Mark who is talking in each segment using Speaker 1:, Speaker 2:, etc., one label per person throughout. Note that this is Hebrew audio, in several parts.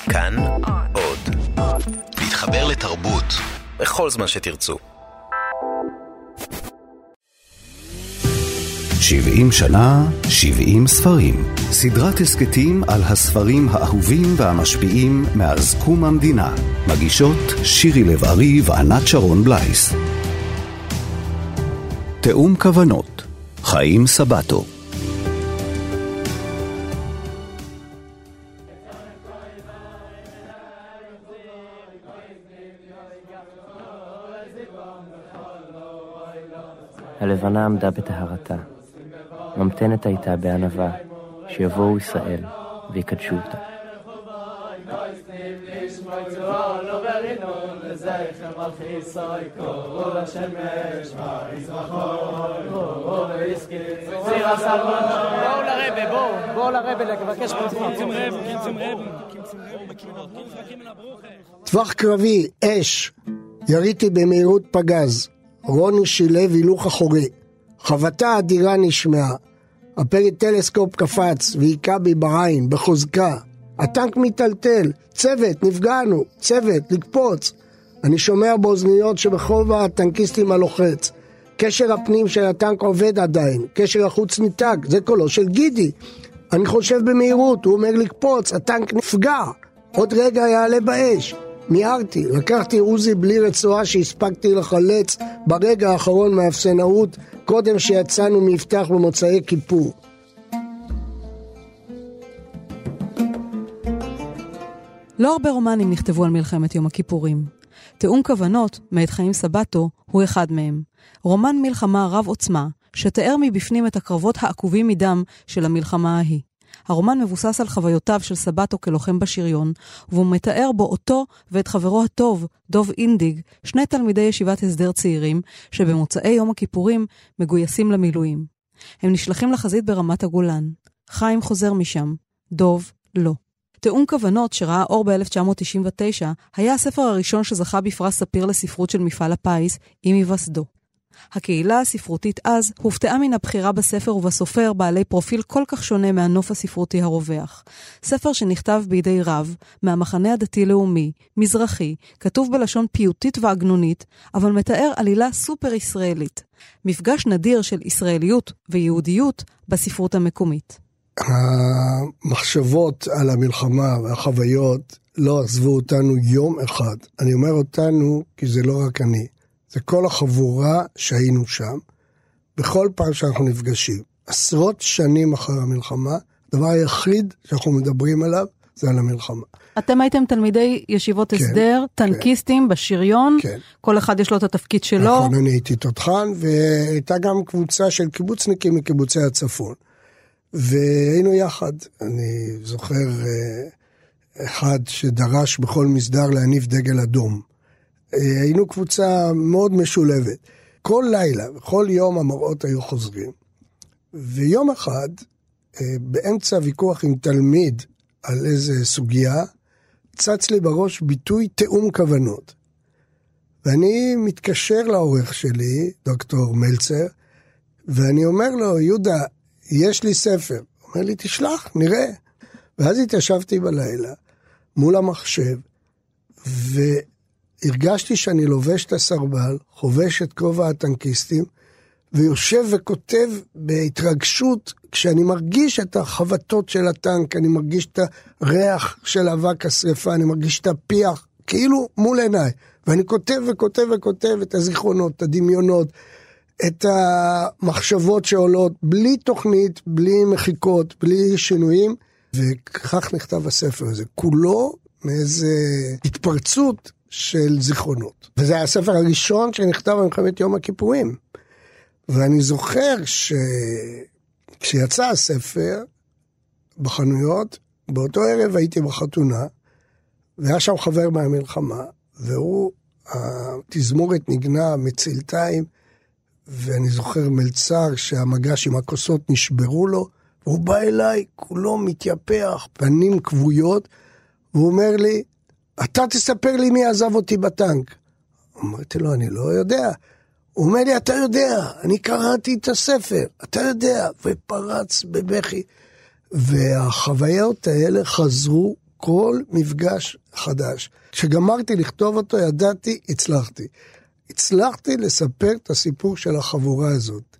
Speaker 1: כאן עוד. להתחבר לתרבות בכל זמן שתרצו.
Speaker 2: 70 שנה, 70 ספרים. סדרת הסקטים על הספרים האהובים והמשפיעים מאז קום המדינה. מגישות שירי לב-ארי וענת שרון בלייס. תאום כוונות. חיים סבתו.
Speaker 3: הלבנה עמדה בטהרתה, ממתנת הייתה בענווה שיבואו ישראל ויקדשו אותה.
Speaker 4: בואו לרבא לבקש פרצים רב.
Speaker 5: טווח קרבי, אש, יריתי במהירות פגז, רוני שילב הילוך אחורי, חבטה אדירה נשמעה, הפריטלסקופ קפץ והיכה בי בעין, בחוזקה, הטנק מטלטל, צוות, נפגענו, צוות, לקפוץ. אני שומע באוזניות שבחובה הטנקיסטים הלוחץ, קשר הפנים של הטנק עובד עדיין, קשר החוץ ניתק, זה קולו של גידי. אני חושב במהירות, הוא אומר לקפוץ, הטנק נפגע, עוד רגע יעלה באש. מיהרתי, לקחתי עוזי בלי רצועה שהספקתי לחלץ ברגע האחרון מהאפסנאות, קודם שיצאנו מיפתח במוצאי כיפור.
Speaker 6: לא הרבה רומנים נכתבו על מלחמת יום הכיפורים. תאום כוונות, מאת חיים סבתו, הוא אחד מהם. רומן מלחמה רב עוצמה, שתאר מבפנים את הקרבות העקובים מדם של המלחמה ההיא. הרומן מבוסס על חוויותיו של סבתו כלוחם בשריון, והוא מתאר בו אותו ואת חברו הטוב, דוב אינדיג, שני תלמידי ישיבת הסדר צעירים, שבמוצאי יום הכיפורים מגויסים למילואים. הם נשלחים לחזית ברמת הגולן. חיים חוזר משם, דוב לא. תאום כוונות שראה אור ב-1999, היה הספר הראשון שזכה בפרס ספיר לספרות של מפעל הפיס, עם היווסדו. הקהילה הספרותית אז הופתעה מן הבחירה בספר ובסופר בעלי פרופיל כל כך שונה מהנוף הספרותי הרווח. ספר שנכתב בידי רב, מהמחנה הדתי-לאומי, מזרחי, כתוב בלשון פיוטית ועגנונית, אבל מתאר עלילה סופר ישראלית. מפגש נדיר של ישראליות ויהודיות בספרות המקומית.
Speaker 5: המחשבות על המלחמה והחוויות לא עזבו אותנו יום אחד. אני אומר אותנו כי זה לא רק אני. זה כל החבורה שהיינו שם, בכל פעם שאנחנו נפגשים. עשרות שנים אחרי המלחמה, הדבר היחיד שאנחנו מדברים עליו, זה על המלחמה.
Speaker 6: אתם הייתם תלמידי ישיבות הסדר, טנקיסטים בשריון, כל אחד יש לו את התפקיד שלו.
Speaker 5: נכון, אני הייתי תותחן, והייתה גם קבוצה של קיבוצניקים מקיבוצי הצפון. והיינו יחד, אני זוכר אחד שדרש בכל מסדר להניף דגל אדום. היינו קבוצה מאוד משולבת. כל לילה, כל יום המראות היו חוזרים. ויום אחד, באמצע ויכוח עם תלמיד על איזה סוגיה, צץ לי בראש ביטוי תאום כוונות. ואני מתקשר לעורך שלי, דוקטור מלצר, ואני אומר לו, יהודה, יש לי ספר. הוא אומר לי, תשלח, נראה. ואז התיישבתי בלילה, מול המחשב, הרגשתי שאני לובש את הסרבל, חובש את כובע הטנקיסטים, ויושב וכותב בהתרגשות, כשאני מרגיש את החבטות של הטנק, אני מרגיש את הריח של אבק השריפה, אני מרגיש את הפיח, כאילו מול עיניי. ואני כותב וכותב וכותב את הזיכרונות, את הדמיונות, את המחשבות שעולות, בלי תוכנית, בלי מחיקות, בלי שינויים, וכך נכתב הספר הזה. כולו מאיזה התפרצות של זיכרונות. וזה היה הספר הראשון שנכתב במלחמת יום הכיפורים. ואני זוכר כשיצא הספר בחנויות, באותו ערב הייתי בחתונה, והיה שם חבר מהמלחמה, והוא, התזמורת נגנה מצילתיים, ואני זוכר מלצר שהמגש עם הכוסות נשברו לו, והוא בא אליי, כולו מתייפח, פנים כבויות, והוא אומר לי, אתה תספר לי מי עזב אותי בטנק. אמרתי לו, אני לא יודע. הוא אומר לי, אתה יודע, אני קראתי את הספר, אתה יודע, ופרץ בבכי. והחוויות האלה חזרו כל מפגש חדש. כשגמרתי לכתוב אותו, ידעתי, הצלחתי לספר את הסיפור של החבורה הזאת.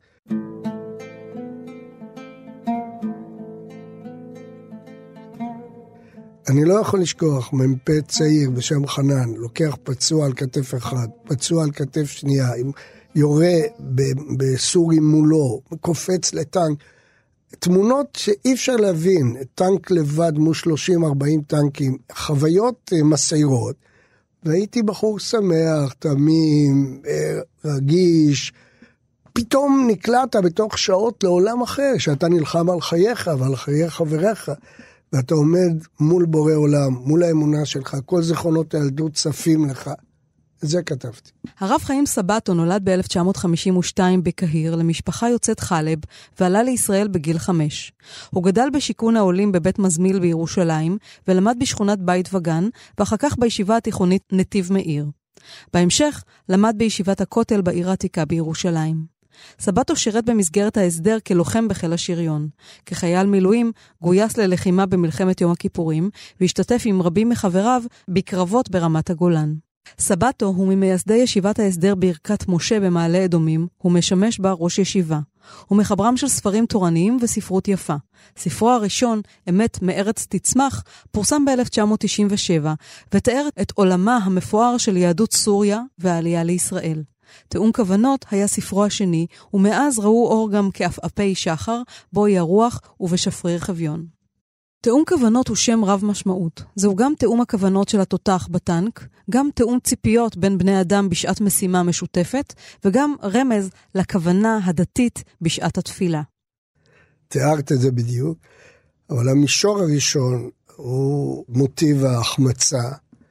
Speaker 5: אני לא יכול לשכוח, מ"פ צעיר בשם חנן, לוקח פצוע על כתף אחד, פצוע על כתף שנייה, יורה בסורי מולו, קופץ לטנק, תמונות שאי אפשר להבין, טנק לבד מול 30-40 טנקים, חוויות מסיירות, והייתי בחור שמח, תמים, רגיש, פתאום נקלעת בתוך שעות לעולם אחר, שאתה נלחם על חייך ועל חיי חבריך, ואתה עומד מול בורא עולם, מול האמונה שלך, כל זיכרונות הילדות צפים לך. את זה כתבתי.
Speaker 6: הרב חיים סבתו נולד ב-1952 בקהיר למשפחה יוצאת חלב, ועלה לישראל בגיל 5. הוא גדל בשיכון העולים בבית מזמיל בירושלים, ולמד בשכונת בית וגן, ואחר כך בישיבה התיכונית נתיב מאיר. בהמשך למד בישיבת הכותל בעיר העתיקה בירושלים. סבתו שירת במסגרת ההסדר כלוחם בחיל השריון. כחייל מילואים גויס ללחימה במלחמת יום הכיפורים, והשתתף עם רבים מחבריו בקרבות ברמת הגולן. סבתו הוא ממייסדי ישיבת ההסדר ברכת משה במעלה אדומים, הוא משמש בה ראש ישיבה. הוא מחברם של ספרים תורניים וספרות יפה. ספרו הראשון, אמת מארץ תצמח, פורסם ב-1997, ותאר את עולמה המפואר של יהדות סוריה והעלייה לישראל. תאום כוונות היה ספרו השני, ומאז ראו אור גם כאפאפי שחר, בוי הרוח ובשפריר חביון. תאום כוונות הוא שם רב משמעות. זהו גם תאום הכוונות של התותח בטנק, גם תאום ציפיות בין בני אדם בשעת משימה משותפת, וגם רמז לכוונה הדתית בשעת התפילה.
Speaker 5: תיארת את זה בדיוק, אבל המישור הראשון הוא מוטיב ההחמצה,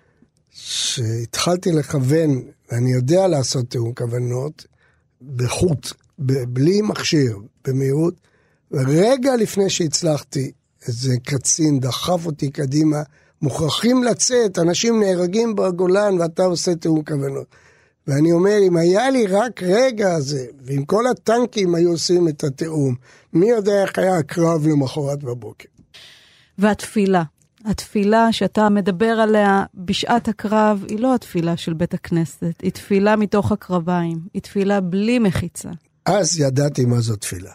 Speaker 5: שהתחלתי לכוון, ואני יודע לעשות תאום כוונות, בחוט, בלי מכשיר, במהירות, ורגע לפני שהצלחתי, איזה קצין דחף אותי קדימה, מוכרחים לצאת, אנשים נהרגים בגולן, ואתה עושה תאום כוונות. ואני אומר, אם היה לי רק רגע הזה, ואם כל הטנקים היו עושים את התאום, מי יודע איך היה הקרב למחרת בבוקר.
Speaker 6: והתפילה. התפילה שאתה מדבר עליה בשעת הקרב, היא לא התפילה של בית הכנסת, היא תפילה מתוך הקרביים, היא תפילה בלי מחיצה.
Speaker 5: אז ידעתי מה זו תפילה.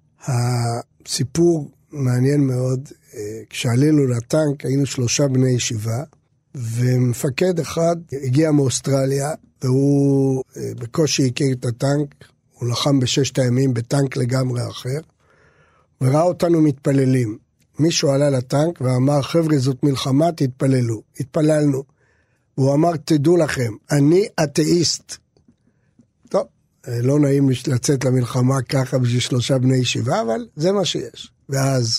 Speaker 5: הסיפור מעניין מאוד, כשעלינו לטנק היינו 3 בני ישיבה, ומפקד אחד הגיע מאוסטרליה, והוא בקושי הכיר את הטנק, הוא לחם ב6 הימים בטנק לגמרי אחר, וראה אותנו מתפללים. מישהו עלה לטנק ואמר, חבר'ה, זאת מלחמה, תתפללו. התפללנו. והוא אמר, תדעו לכם, אני אתאיסט. טוב, לא נעים לצאת למלחמה ככה בשביל 3 בני ישיבה, אבל זה מה שיש. ואז,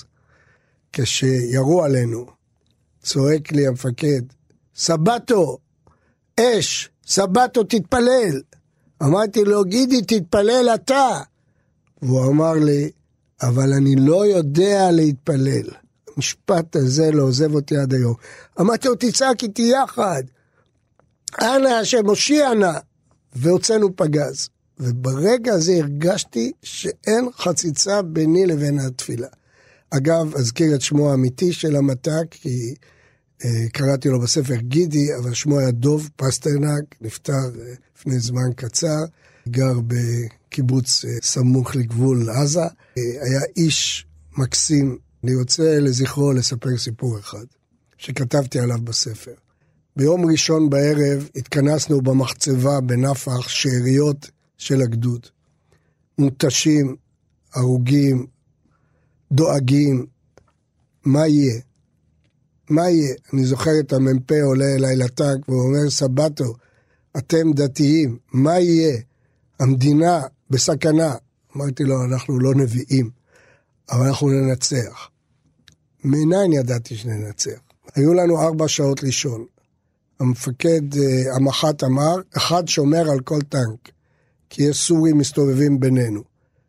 Speaker 5: כשירו עלינו, צועק לי המפקד, סבתו, אש, סבתו, תתפלל. אמרתי לו, גידי, תתפלל אתה. והוא אמר לי, אבל אני לא יודע להתפלל. המשפט הזה לא עוזב אותי עד היום. אמרתי לו, תצעק איתי יחד. אנא השם, מושיע נא. והוצאנו פגז. וברגע הזה הרגשתי שאין חציצה ביני לבין התפילה. אגב, אזכיר את שמו האמיתי של המתק, כי קראתי לו בספר גידי, אבל שמו היה דוב פסטרנק, נפטר לפני זמן קצר, גר בקיבוץ סמוך לגבול עזה, היה איש מקסים. אני רוצה לזכרו לספר סיפור אחד, שכתבתי עליו בספר. ביום ראשון בערב התכנסנו במחצבה בנפח שאריות של הגדוד. מותשים, הרוגים, דואגים, מה יהיה? מה יהיה? אני זוכר את המ"פ עולה אליי לטנק והוא אומר, סבתו, אתם דתיים, מה יהיה? המדינה בסכנה. אמרתי לו, אנחנו לא נביאים, אבל אנחנו ננצח. מעניין ידעתי שננצח. היו לנו 4 שעות לישון. המפקד, המח"ט אמר, אחד שומר על כל טנק, כי יש סורים מסתובבים בינינו.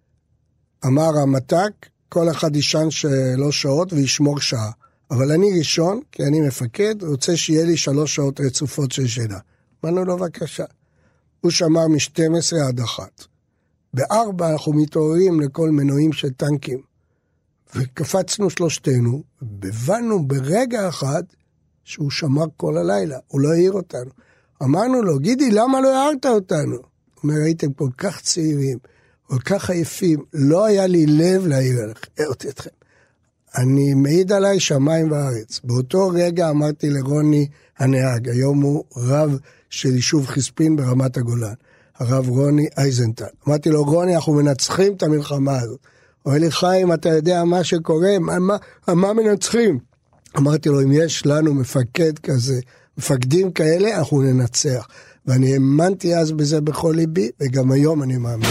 Speaker 5: אמר המתק, כל אחד ישן 3 שעות וישמור שעה. אבל אני ראשון, כי אני מפקד, רוצה שיהיה לי 3 שעות רצופות של שינה. אמרנו לו, בבקשה. הוא שמר מ-12 עד 1. ב-4 אנחנו מתעוררים לכל מנועים של טנקים. וקפצנו 3, ובנו ברגע אחד שהוא שמר כל הלילה, הוא לא העיר אותנו. אמרנו לו, גידי, למה לא הערת אותנו? הוא אומר, הייתם כל כך צעירים, כל כך עייפים, לא היה לי לב להעיר אתכם. אני מעיד עליי שמיים וארץ. באותו רגע אמרתי לרוני הנהג, היום הוא רב של יישוב חספין ברמת הגולן, הרב רוני אייזנטל. אמרתי לו, רוני, אנחנו מנצחים את המלחמה הזאת. הוא אומר לי, חיים, אתה יודע מה שקורה, מה מנצחים? אמרתי לו, אם יש לנו מפקד כזה, מפקדים כאלה, אנחנו ננצח. ואני האמנתי אז בזה בכל ליבי, וגם היום אני מאמין.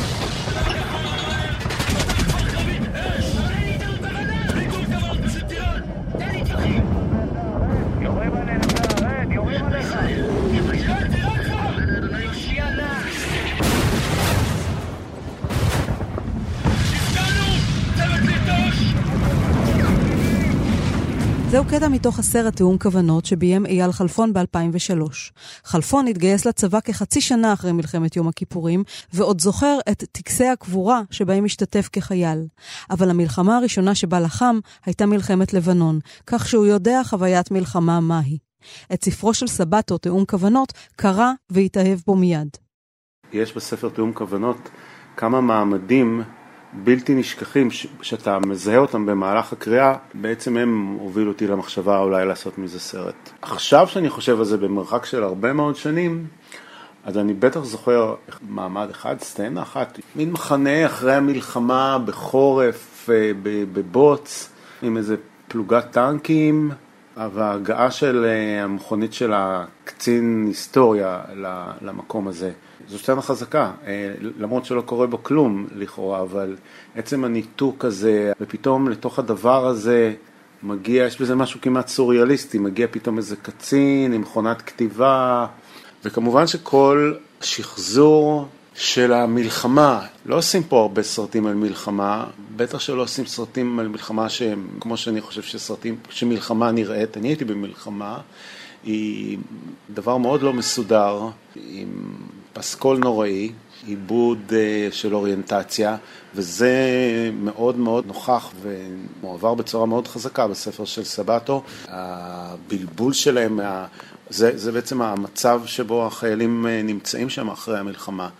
Speaker 6: זהו קטע מתוך הסרט תיאום כוונות שביים אייל חלפון ב-2003. חלפון התגייס לצבא כחצי שנה אחרי מלחמת יום הכיפורים, ועוד זוכר את טקסי הקבורה שבהם השתתף כחייל. אבל המלחמה הראשונה שבה לחם הייתה מלחמת לבנון, כך שהוא יודע חוויית מלחמה מהי. את ספרו של סבתו, תיאום כוונות, קרא והתאהב בו מיד.
Speaker 7: יש בספר תיאום כוונות כמה מעמדים בלתי נשכחים שאתה מזהה אותם במהלך הקריאה, בעצם הם הובילו אותי למחשבה אולי לעשות מזה סרט. עכשיו שאני חושב על זה במרחק של הרבה מאוד שנים, אז אני בטח זוכר מעמד אחד, סצנה אחת, מין מחנה אחרי המלחמה בחורף, בבוץ, עם איזה פלוגת טנקים, וההגעה של המכונית של הקצין היסטוריה למקום הזה. זו סצנה חזקה, למרות שלא קורה בו כלום לכאורה, אבל עצם הניתוק הזה, ופתאום לתוך הדבר הזה מגיע, יש בזה משהו כמעט סוריאליסטי, מגיע פתאום איזה קצין עם מכונת כתיבה, וכמובן שכל שחזור של המלחמה, לא עושים פה הרבה סרטים על מלחמה, בטח שלא עושים סרטים על מלחמה שהם, כמו שאני חושב שסרטים, שמלחמה נראית, אני הייתי במלחמה, היא דבר מאוד לא מסודר, עם פסקול נוראי, עיבוד של אוריינטציה, וזה מאוד מאוד נוכח ומועבר בצורה מאוד חזקה בספר של סבתו. הבלבול שלהם, זה בעצם המצב שבו החיילים נמצאים שם אחרי המלחמה.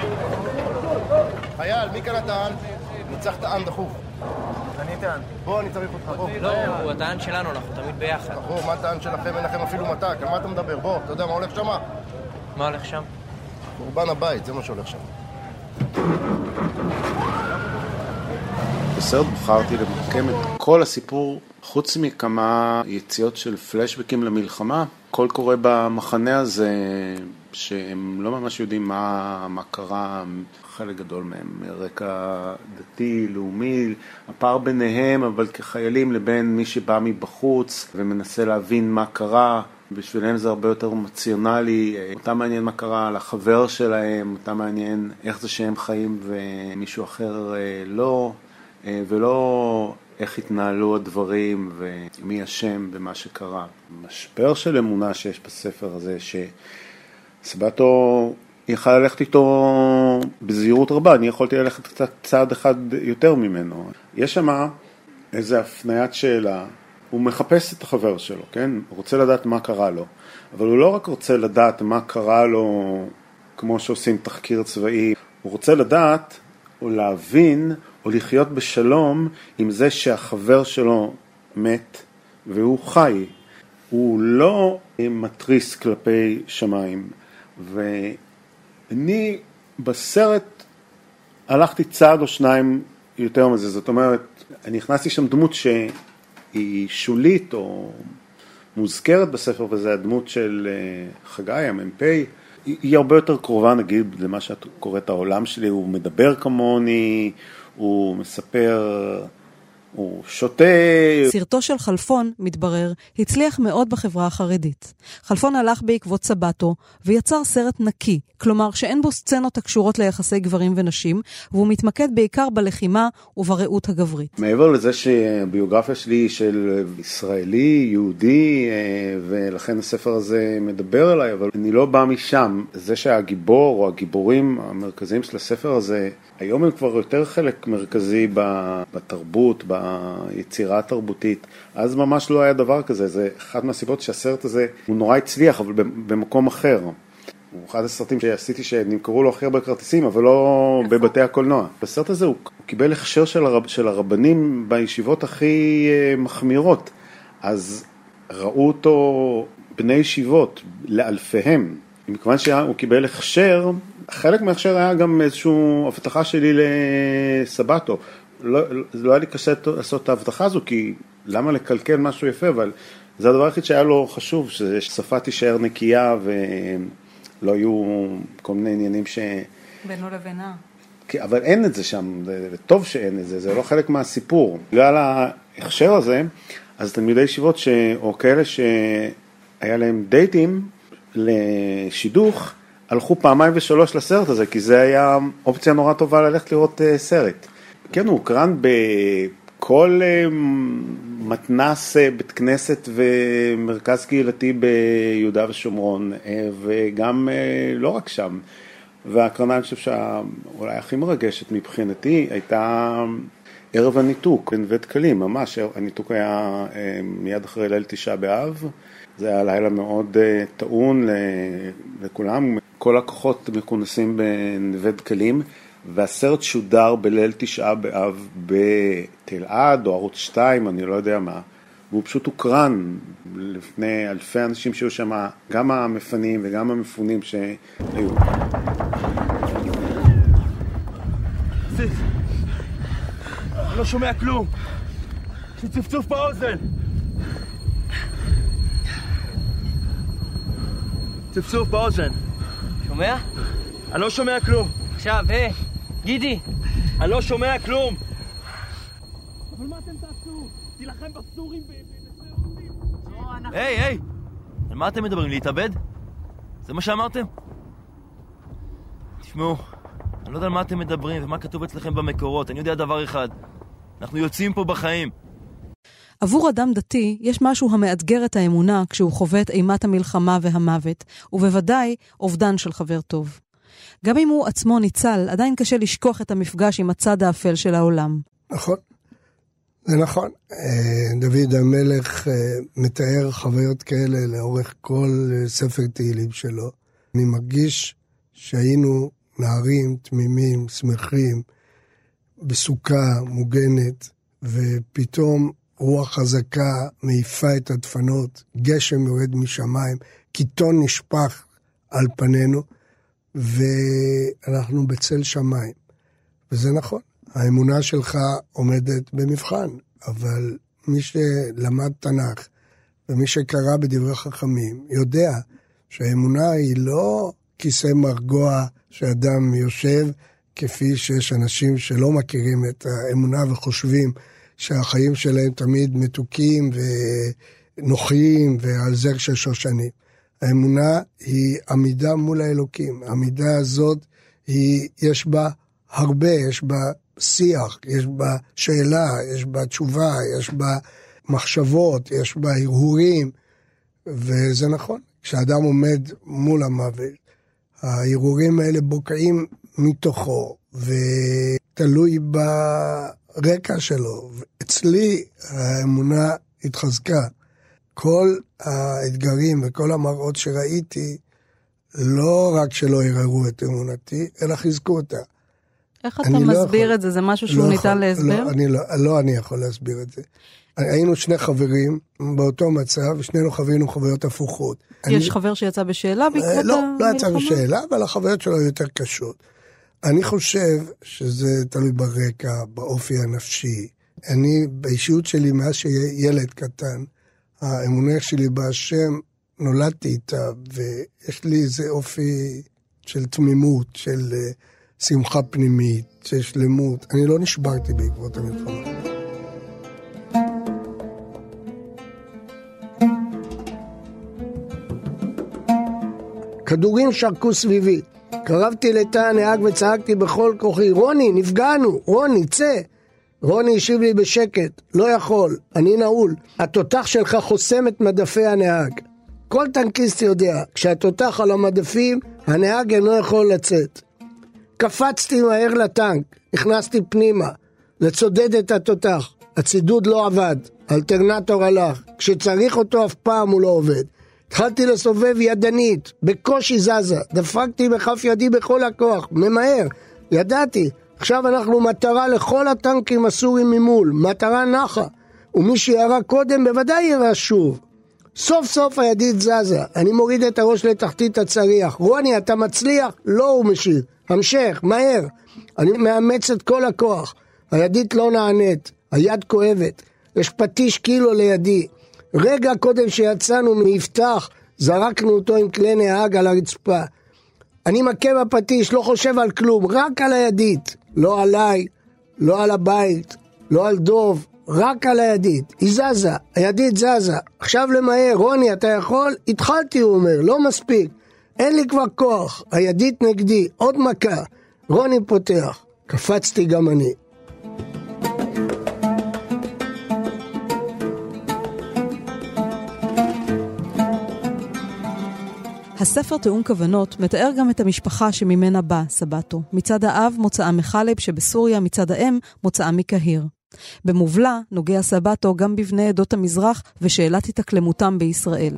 Speaker 8: חייל, מי כאן הטען? ניצח טען דחוף.
Speaker 4: אני טען.
Speaker 8: בוא, אני צריך אותך, בוא.
Speaker 4: לא, הוא הטען שלנו, אנחנו תמיד ביחד.
Speaker 8: בוא, מה הטען שלכם? אין לכם אפילו מתק, על מה אתה מדבר? בוא, אתה יודע מה הולך שם?
Speaker 4: מה הולך שם?
Speaker 8: קורבן הבית, זה מה שהולך שם.
Speaker 7: בסרט בחרתי למקם את כל הסיפור, חוץ מכמה יציאות של פלשבקים למלחמה, הכל קורה במחנה הזה, שהם לא ממש יודעים מה קרה, חלק גדול מהם, רקע דתי, לאומי, הפער ביניהם, אבל כחיילים לבין מי שבא מבחוץ ומנסה להבין מה קרה, בשבילם זה הרבה יותר אמוציונלי, אותם מעניין מה קרה לחבר שלהם, אותם מעניין איך זה שהם חיים ומישהו אחר לא, ולא איך התנהלו הדברים ומי אשם במה שקרה. משבר של אמונה שיש בספר הזה, שסבתו יכולה ללכת איתו בזהירות רבה, אני יכולתי ללכת קצת צעד אחד יותר ממנו. יש שם איזו הפניית שאלה, הוא מחפש את החבר שלו, כן? הוא רוצה לדעת מה קרה לו, אבל הוא לא רק רוצה לדעת מה קרה לו כמו שעושים תחקיר צבאי, הוא רוצה לדעת או להבין או לחיות בשלום עם זה שהחבר שלו מת והוא חי. הוא לא מטריס כלפי שמיים. ואני בסרט הלכתי צעד או שניים יותר מזה. זאת אומרת, אני הכנסתי שם דמות שהיא שולית או מוזכרת בספר, וזה הדמות של חגי, המ"פ. היא הרבה יותר קרובה, נגיד, למה שאת קוראת העולם שלי. הוא מדבר כמוני, הוא מספר, הוא שותה.
Speaker 6: סרטו של חלפון, מתברר, הצליח מאוד בחברה החרדית. חלפון הלך בעקבות סבתו ויצר סרט נקי, כלומר שאין בו סצנות הקשורות ליחסי גברים ונשים, והוא מתמקד בעיקר בלחימה ובראות הגברית.
Speaker 7: מעבר לזה שהביוגרפיה שלי היא של ישראלי, יהודי, ולכן הספר הזה מדבר אליי, אבל אני לא בא משם. זה שהגיבור או הגיבורים המרכזיים של הספר הזה, היום הם כבר יותר חלק מרכזי בתרבות, היצירה התרבותית. אז ממש לא היה דבר כזה, זה אחת מהסיבות שהסרט הזה הוא נורא הצליח, אבל במקום אחר. הוא אחד הסרטים שעשיתי שנמכרו לו הכי הרבה כרטיסים, אבל לא בבתי הקולנוע. בסרט הזה הוא קיבל הכשר של הרבנים בישיבות הכי מחמירות, אז ראו אותו בני ישיבות לאלפיהם. מכיוון שהוא קיבל הכשר, חלק מההכשר היה גם איזושהי הבטחה שלי לסבתו. לא היה לי קשה לעשות את ההבטחה הזו, כי למה לקלקל משהו יפה, אבל זה הדבר הכי שהיה לו חשוב, ששפה תישאר נקייה ולא יהיו כל מיני עניינים
Speaker 6: בינו לבינה.
Speaker 7: אבל אין את זה שם, וטוב שאין את זה, זה לא חלק מהסיפור. בגלל ההכשר הזה, אז תלמידי ישיבות או כאלה שהיה להם דייטים לשידוך, הלכו 2-3 לסרט הזה, כי זה היה אופציה נורא טובה ללכת לראות סרט. כן, הוא הוקרן בכל מתנס בית כנסת ומרכז קהילתי ביהודה ושומרון, וגם לא רק שם. וההקרנה, אני חושב שאולי הכי מרגשת מבחינתי, הייתה ערב הניתוק בנווה דקלים, ממש. הניתוק היה מיד אחרי ליל 9 באב. זה היה לילה מאוד טעון לכולם. כל הכוחות מכונסים בנווה דקלים, והסרט שודר בליל 9 באב בתל-עד או ערוץ 2, אני לא יודע מה. והוא פשוט הוקרן לפני אלפי אנשים שהיו שם, גם המפנים וגם המפונים שהיו.
Speaker 9: אני לא שומע כלום. יש לי צפצוף באוזן. צפצוף באוזן.
Speaker 4: שומע?
Speaker 9: אני לא שומע כלום.
Speaker 4: עכשיו, גידי.
Speaker 9: אני לא שומע כלום. אבל מה אתם תעשו? תילחם בסורים
Speaker 10: היי, על מה אתם מדברים? להתאבד? זה מה שאמרתם? תשמעו, אני לא יודע על מה אתם מדברים ומה כתוב אצלכם במקורות. אני יודע דבר אחד, אנחנו יוצאים פה בחיים.
Speaker 6: עבור אדם דתי יש משהו המאתגר את האמונה כשהוא חווה את אימת המלחמה והמוות, ובוודאי אובדן של חבר טוב. גם אם הוא עצמו ניצל, עדיין קשה לשכוח את המפגש עם הצד האפל של העולם.
Speaker 5: נכון, זה נכון. דוד המלך מתאר חוויות כאלה לאורך כל ספר תהילים שלו. אני מרגיש שהיינו נערים, תמימים, שמחים, בסוכה מוגנת, ופתאום רוח חזקה מעיפה את הדפנות, גשם יורד משמיים, קיטון נשפך על פנינו, ואנחנו בצל שמיים. וזה נכון, האמונה שלך עומדת במבחן, אבל מי שלמד תנ"ך, ומי שקרא בדברי חכמים, יודע שהאמונה היא לא כיסא מרגוע שאדם יושב, כפי שיש אנשים שלא מכירים את האמונה וחושבים שהחיים שלהם תמיד מתוקים ונוחים ועל זר של שושנים. האמונה היא עמידה מול האלוקים. העמידה הזאת יש בה הרבה, יש בה שיח, יש בה שאלה, יש בה תשובה, יש בה מחשבות, יש בה הרהורים, וזה נכון. כשאדם עומד מול המוות, ההרהורים האלה בוקעים מתוכו, ותלוי ברקע שלו. אצלי האמונה התחזקה. כל האתגרים וכל המראות שראיתי, לא רק שלא הרהרו את אמונתי, אלא חיזקו אותה.
Speaker 6: איך אתה מסביר את זה? זה משהו שהוא ניתן להסבר?
Speaker 5: לא אני יכול להסביר את זה. היינו שני חברים באותו מצב, ושנינו חווינו חוויות הפוכות.
Speaker 6: יש חבר שיצא בשאלה בעקבות המלחמה?
Speaker 5: לא יצא בשאלה, אבל החוויות שלו יותר קשות. אני חושב שזה תלוי ברקע, באופי הנפשי. אני, באישיות שלי, מאז שילד קטן, האמונה שלי בהשם, נולדתי איתה, ויש לי איזה אופי של תמימות, של שמחה פנימית, של שלמות. אני לא נשברתי בעקבות המלחמה. כדורים שרקו סביבי. קרבתי לתא הנהג וצעקתי בכל כוחי, רוני, נפגענו, רוני, צא. רוני השיב לי בשקט, לא יכול, אני נעול. התותח שלך חוסם את מדפי הנהג. כל טנקיסט יודע, כשהתותח על המדפים, הנהג אינו יכול לצאת. קפצתי מהר לטנק, נכנסתי פנימה, לצודד את התותח. הצידוד לא עבד, האלטרנטור הלך, כשצריך אותו אף פעם הוא לא עובד. התחלתי לסובב ידנית, בקושי זזה, דפקתי בכף ידי בכל הכוח, ממהר, ידעתי, עכשיו אנחנו מטרה לכל הטנקים הסורים ממול, מטרה נחה, ומי שירה קודם בוודאי ירה שוב. סוף סוף הידית זזה, אני מוריד את הראש לתחתית הצריח, רוני אתה מצליח? לא, הוא משיב, המשך, מהר, אני מאמץ את כל הכוח, הידית לא נענית, היד כואבת, יש פטיש קילו לידי, רגע קודם שיצאנו מיפתח, זרקנו אותו עם כלי נהג על הרצפה, אני מכה בפטיש, לא חושב על כלום, רק על הידית, לא עליי, לא על הבית, לא על דוב, רק על הידית, היא זזה, הידית זזה, עכשיו למהר, רוני אתה יכול? התחלתי הוא אומר, לא מספיק, אין לי כבר כוח, הידית נגדי, עוד מכה, רוני פותח, קפצתי גם אני.
Speaker 6: הספר תיאום כוונות מתאר גם את המשפחה שממנה בא סבתו. מצד האב מוצאה מחלב שבסוריה, מצד האם מוצאה מקהיר. במובלה נוגע סבתו גם בבני עדות המזרח ושאלת התאקלמותם בישראל.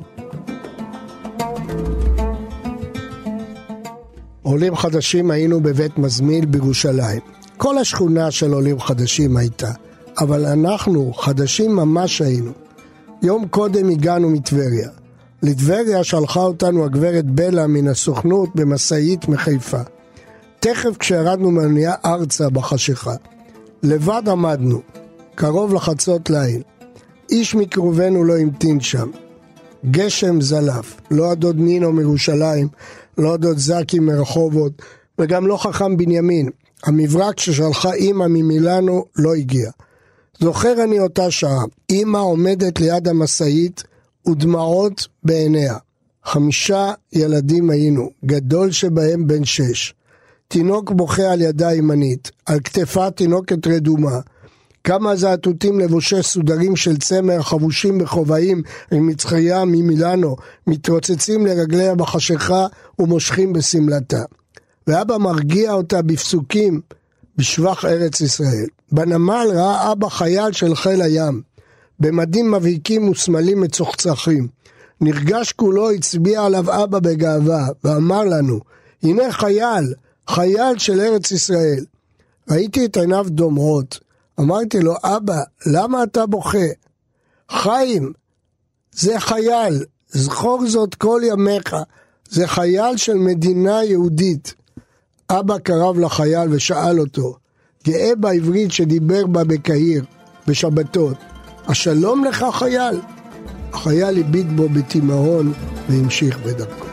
Speaker 5: עולים חדשים היינו בבית מזמיל בירושלים. כל השכונה של עולים חדשים הייתה, אבל אנחנו חדשים ממש היינו. יום קודם הגענו מטבריה. לטבריה שלחה אותנו הגברת בלה מן הסוכנות במסעית מחיפה. תכף כשירדנו מהאונייה ארצה בחשיכה. לבד עמדנו, קרוב לחצות ליל. איש מקרובנו לא המתין שם. גשם זלף, לא הדוד נינו מירושלים, לא הדוד זקי מרחובות, וגם לא חכם בנימין. המברק ששלחה אמא ממילנו לא הגיע. זוכר אני אותה שעה, אמא עומדת ליד המסעית, ודמעות בעיניה. 5 ילדים היינו, גדול שבהם בן 6. תינוק בוכה על ידה הימנית, על כתפה תינוקת רדומה. כמה זעתותים לבושי סודרים של צמר חבושים בחובעים עם מצחיה ממילנו, מתרוצצים לרגליה בחשיכה ומושכים בסמלתה. ואבא מרגיע אותה בפסוקים בשבח ארץ ישראל. בנמל ראה אבא חייל של חיל הים. במדים מבהיקים וסמלים מצוחצחים. נרגש כולו, הצביע עליו אבא בגאווה, ואמר לנו, הנה חייל, חייל של ארץ ישראל. ראיתי את עיניו דומעות. אמרתי לו, אבא, למה אתה בוכה? חיים, זה חייל, זכור זאת כל ימיך, זה חייל של מדינה יהודית. אבא קרב לחייל ושאל אותו, גאה בעברית שדיבר בה בקהיר, בשבתות, השלום לך חייל? החייל הביט בו בתימהון והמשיך בדרכו.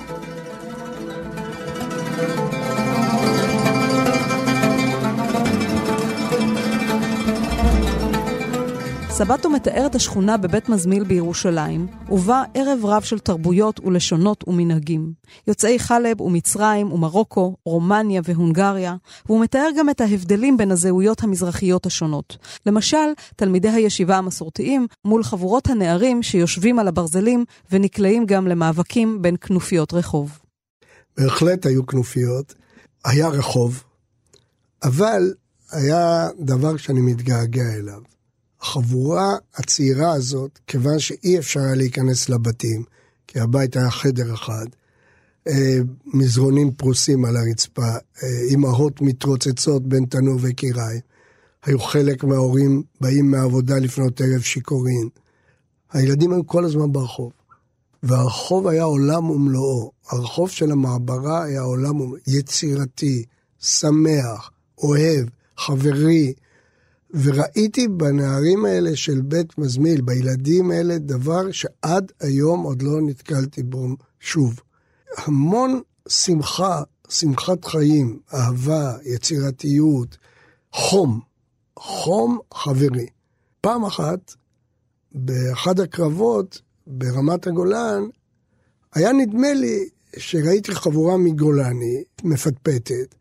Speaker 6: סבתו מתאר את השכונה בבית מזמיל בירושלים, ובה ערב רב של תרבויות ולשונות ומנהגים. יוצאי חלב ומצרים ומרוקו, רומניה והונגריה, והוא מתאר גם את ההבדלים בין הזהויות המזרחיות השונות. למשל, תלמידי הישיבה המסורתיים מול חבורות הנערים שיושבים על הברזלים ונקלעים גם למאבקים בין כנופיות רחוב.
Speaker 5: בהחלט היו כנופיות, היה רחוב, אבל היה דבר שאני מתגעגע אליו. החבורה הצעירה הזאת, כיוון שאי אפשר היה להיכנס לבתים, כי הבית היה חדר אחד, מזרונים פרוסים על הרצפה, אמהות מתרוצצות בין תנור וקיריים, היו חלק מההורים באים מהעבודה לפנות ערב שיכורין, הילדים היו כל הזמן ברחוב, והרחוב היה עולם ומלואו, הרחוב של המעברה היה עולם ומלואו, יצירתי, שמח, אוהב, חברי, וראיתי בנערים האלה של בית מזמיל, בילדים האלה, דבר שעד היום עוד לא נתקלתי בו שוב. המון שמחה, שמחת חיים, אהבה, יצירתיות, חום חברי. פעם אחת, באחד הקרבות, ברמת הגולן, היה נדמה לי שראיתי חבורה מגולני, מפטפטת,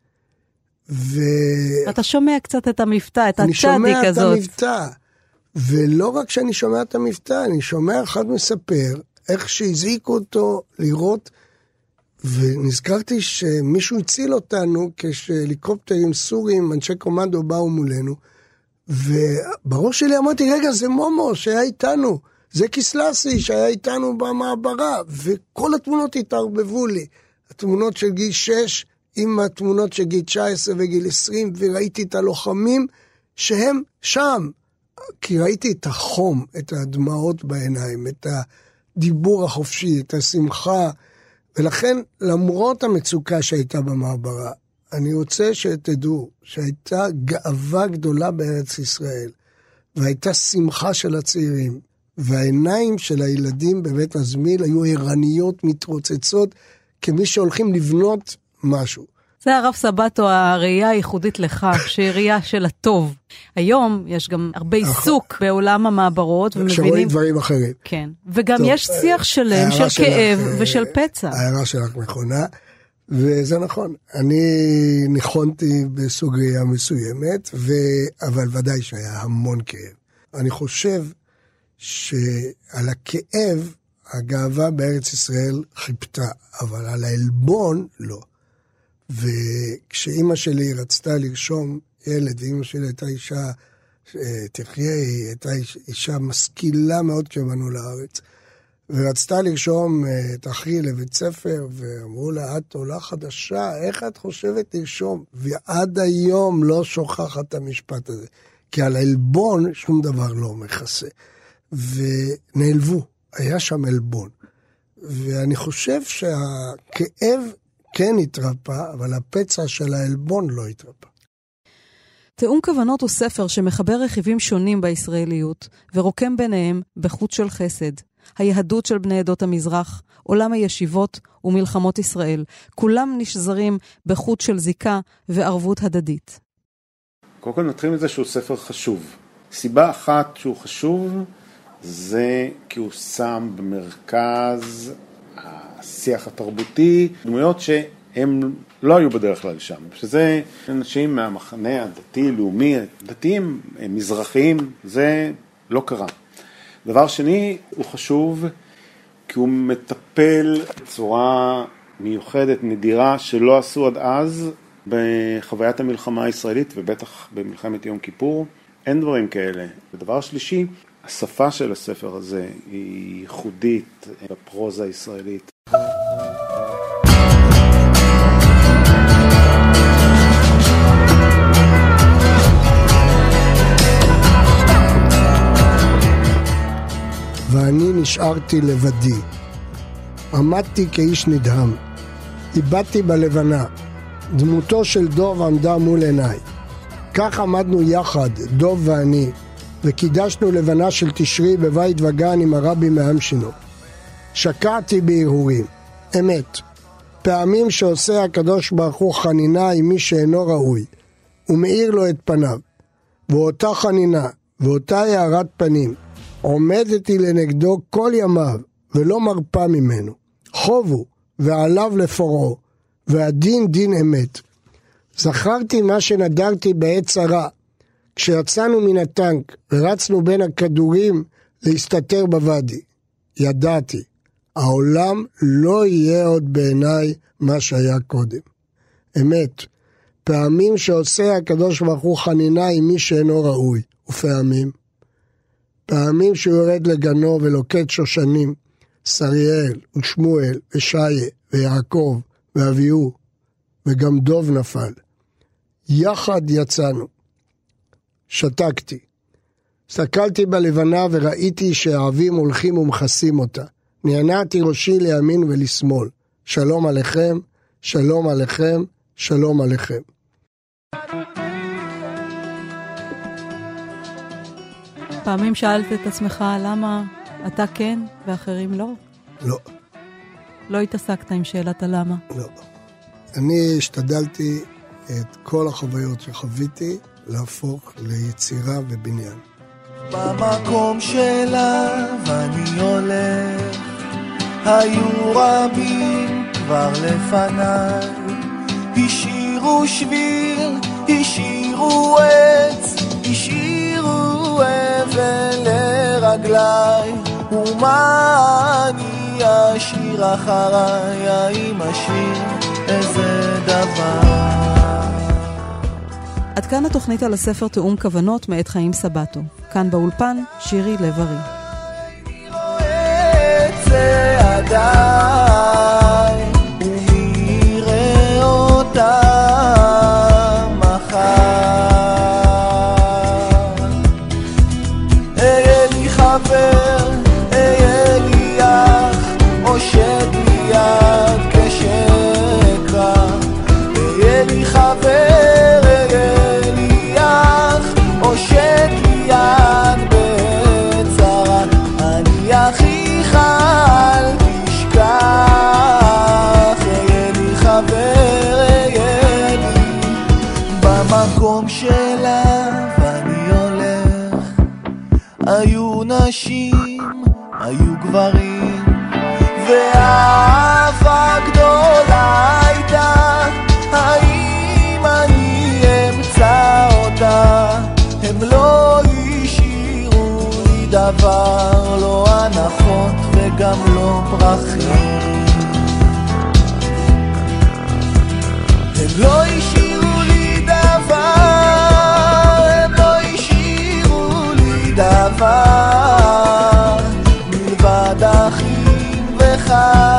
Speaker 6: אתה שומע קצת את המבטא, את הצ'אדיק הזאת.
Speaker 5: אני שומע את המבטא, ולא רק שאני שומע את המבטא, אני שומע אחד מספר, איך שהזעיקו אותו לראות, ונזכרתי שמישהו הציל אותנו, כשהליקופטרים סורים, אנשי קומנדו באו מולנו, ובראש שלי אמרתי, רגע, זה מומו שהיה איתנו, זה קיסלסי שהיה איתנו במעברה, וכל התמונות התערבבו לי. התמונות של גיל 6 עם התמונות של גיל 19 וגיל 20, וראיתי את הלוחמים שהם שם, כי ראיתי את החום, את הדמעות בעיניים, את הדיבור החופשי, את השמחה, ולכן למרות המצוקה שהייתה במעברה, אני רוצה שתדעו שהייתה גאווה גדולה בארץ ישראל, והייתה שמחה של הצעירים, והעיניים של הילדים בבית מזמיל היו ערניות, מתרוצצות, כמי שהולכים לבנות משהו.
Speaker 6: זה הרב סבתו, הראייה הייחודית לך, שהיא ראייה של הטוב. היום יש גם הרבה עיסוק בעולם המעברות,
Speaker 5: שרואים דברים אחרים.
Speaker 6: כן, וגם יש שיח שלם של כאב ושל פצע.
Speaker 5: ההערה שלך נכונה, וזה נכון. אני נכונתי בסוג ראייה מסוימת, אבל ודאי שהיה המון כאב. אני חושב שעל הכאב, הגאווה בארץ ישראל חיפתה, אבל על העלבון לא. וכשאימא שלי רצתה לרשום ילד, ואימא שלי הייתה אישה, תחיה, היא הייתה אישה משכילה מאוד כשבאנו לארץ, ורצתה לרשום את אחי לבית ספר, ואמרו לה, את עולה חדשה, איך את חושבת לרשום? ועד היום לא שוכחת את המשפט הזה, כי על העלבון שום דבר לא מכסה. ונעלבו, היה שם עלבון. ואני חושב שהכאב כן התרפא, אבל הפצע של העלבון לא התרפא.
Speaker 6: תאום כוונות הוא ספר שמחבר רכיבים שונים בישראליות, ורוקם ביניהם בחוט של חסד. היהדות של בני עדות המזרח, עולם הישיבות ומלחמות ישראל, כולם נשזרים בחוט של זיקה וערבות הדדית.
Speaker 7: קודם כל נתחיל מזה שהוא ספר חשוב. סיבה אחת שהוא חשוב, זה כי הוא שם במרכז השיח התרבותי, דמויות שהם לא היו בדרך כלל שם, שזה אנשים מהמחנה הדתי, לאומי, דתיים, מזרחיים, זה לא קרה. דבר שני, הוא חשוב כי הוא מטפל בצורה מיוחדת, נדירה, שלא עשו עד אז בחוויית המלחמה הישראלית, ובטח במלחמת יום כיפור. אין דברים כאלה. ודבר שלישי, השפה של הספר הזה היא ייחודית בפרוזה הישראלית.
Speaker 5: ואני נשארתי לבדי. עמדתי כאיש נדהם. איבדתי בלבנה. דמותו של דוב עמדה מול עיניי. כך עמדנו יחד, דוב ואני, וקידשנו לבנה של תשרי בבית וגן עם הרבי מהמשינו. שקעתי בהרהורים. אמת. פעמים שעושה הקדוש ברוך הוא חנינה עם מי שאינו ראוי, ומאיר לו את פניו. ואותה חנינה, ואותה הערת פנים, עומדתי לנגדו כל ימיו, ולא מרפא ממנו. חובו, ועליו לפורעו, והדין דין אמת. זכרתי מה שנדרתי בעת צרה, כשיצאנו מן הטנק, ורצנו בין הכדורים להסתתר בוואדי. ידעתי, העולם לא יהיה עוד בעיניי מה שהיה קודם. אמת, פעמים שעושה הקדוש ברוך הוא חנינה עם מי שאינו ראוי, פעמים שהוא יורד לגנו ולוקט שושנים, שריאל ושמואל ושיה ויעקב ואביהו, וגם דוב נפל. יחד יצאנו. שתקתי. הסתכלתי בלבנה וראיתי שהאבים הולכים ומכסים אותה. נענעתי ראשי לימין ולשמאל. שלום עליכם, שלום עליכם, שלום עליכם.
Speaker 6: פעמים שאלת את עצמך למה אתה כן ואחרים לא?
Speaker 5: לא.
Speaker 6: לא התעסקת עם שאלת הלמה?
Speaker 5: לא. אני השתדלתי את כל החוויות שחוויתי להפוך ליצירה ובניין.
Speaker 11: במקום שלה ואני הולך, היו רבים כבר לפניי, השאירו שביל, השאירו עץ, השאירו אבל לרגליי, ומה אני אשאיר אחריי, האם אשאיר איזה דבר?
Speaker 6: עד כאן התוכנית על הספר תאום כוונות מאת חיים סבתו. כאן באולפן שירי לב-ארי.
Speaker 11: ונראה אותה מחר. אהיה לי חבר, אהיה לי אח, הושט לי יד כשאקרא. אהיה לי חבר, אהיה לי אח, הושט לי יד בצרה. אני אחיך אל תשכח, אהיה לי חבר, אהיה לי במקום שלה ואני הולך. היו נשים, היו גברים, והאהבה גדולה הייתה. האם אני אמצא אותה? הם לא השאירו לי דבר, לא הנחות וגם לא פרחים. הם לא השאירו לי דבר, הם לא השאירו לי דבר, מלבד אחים וחיים.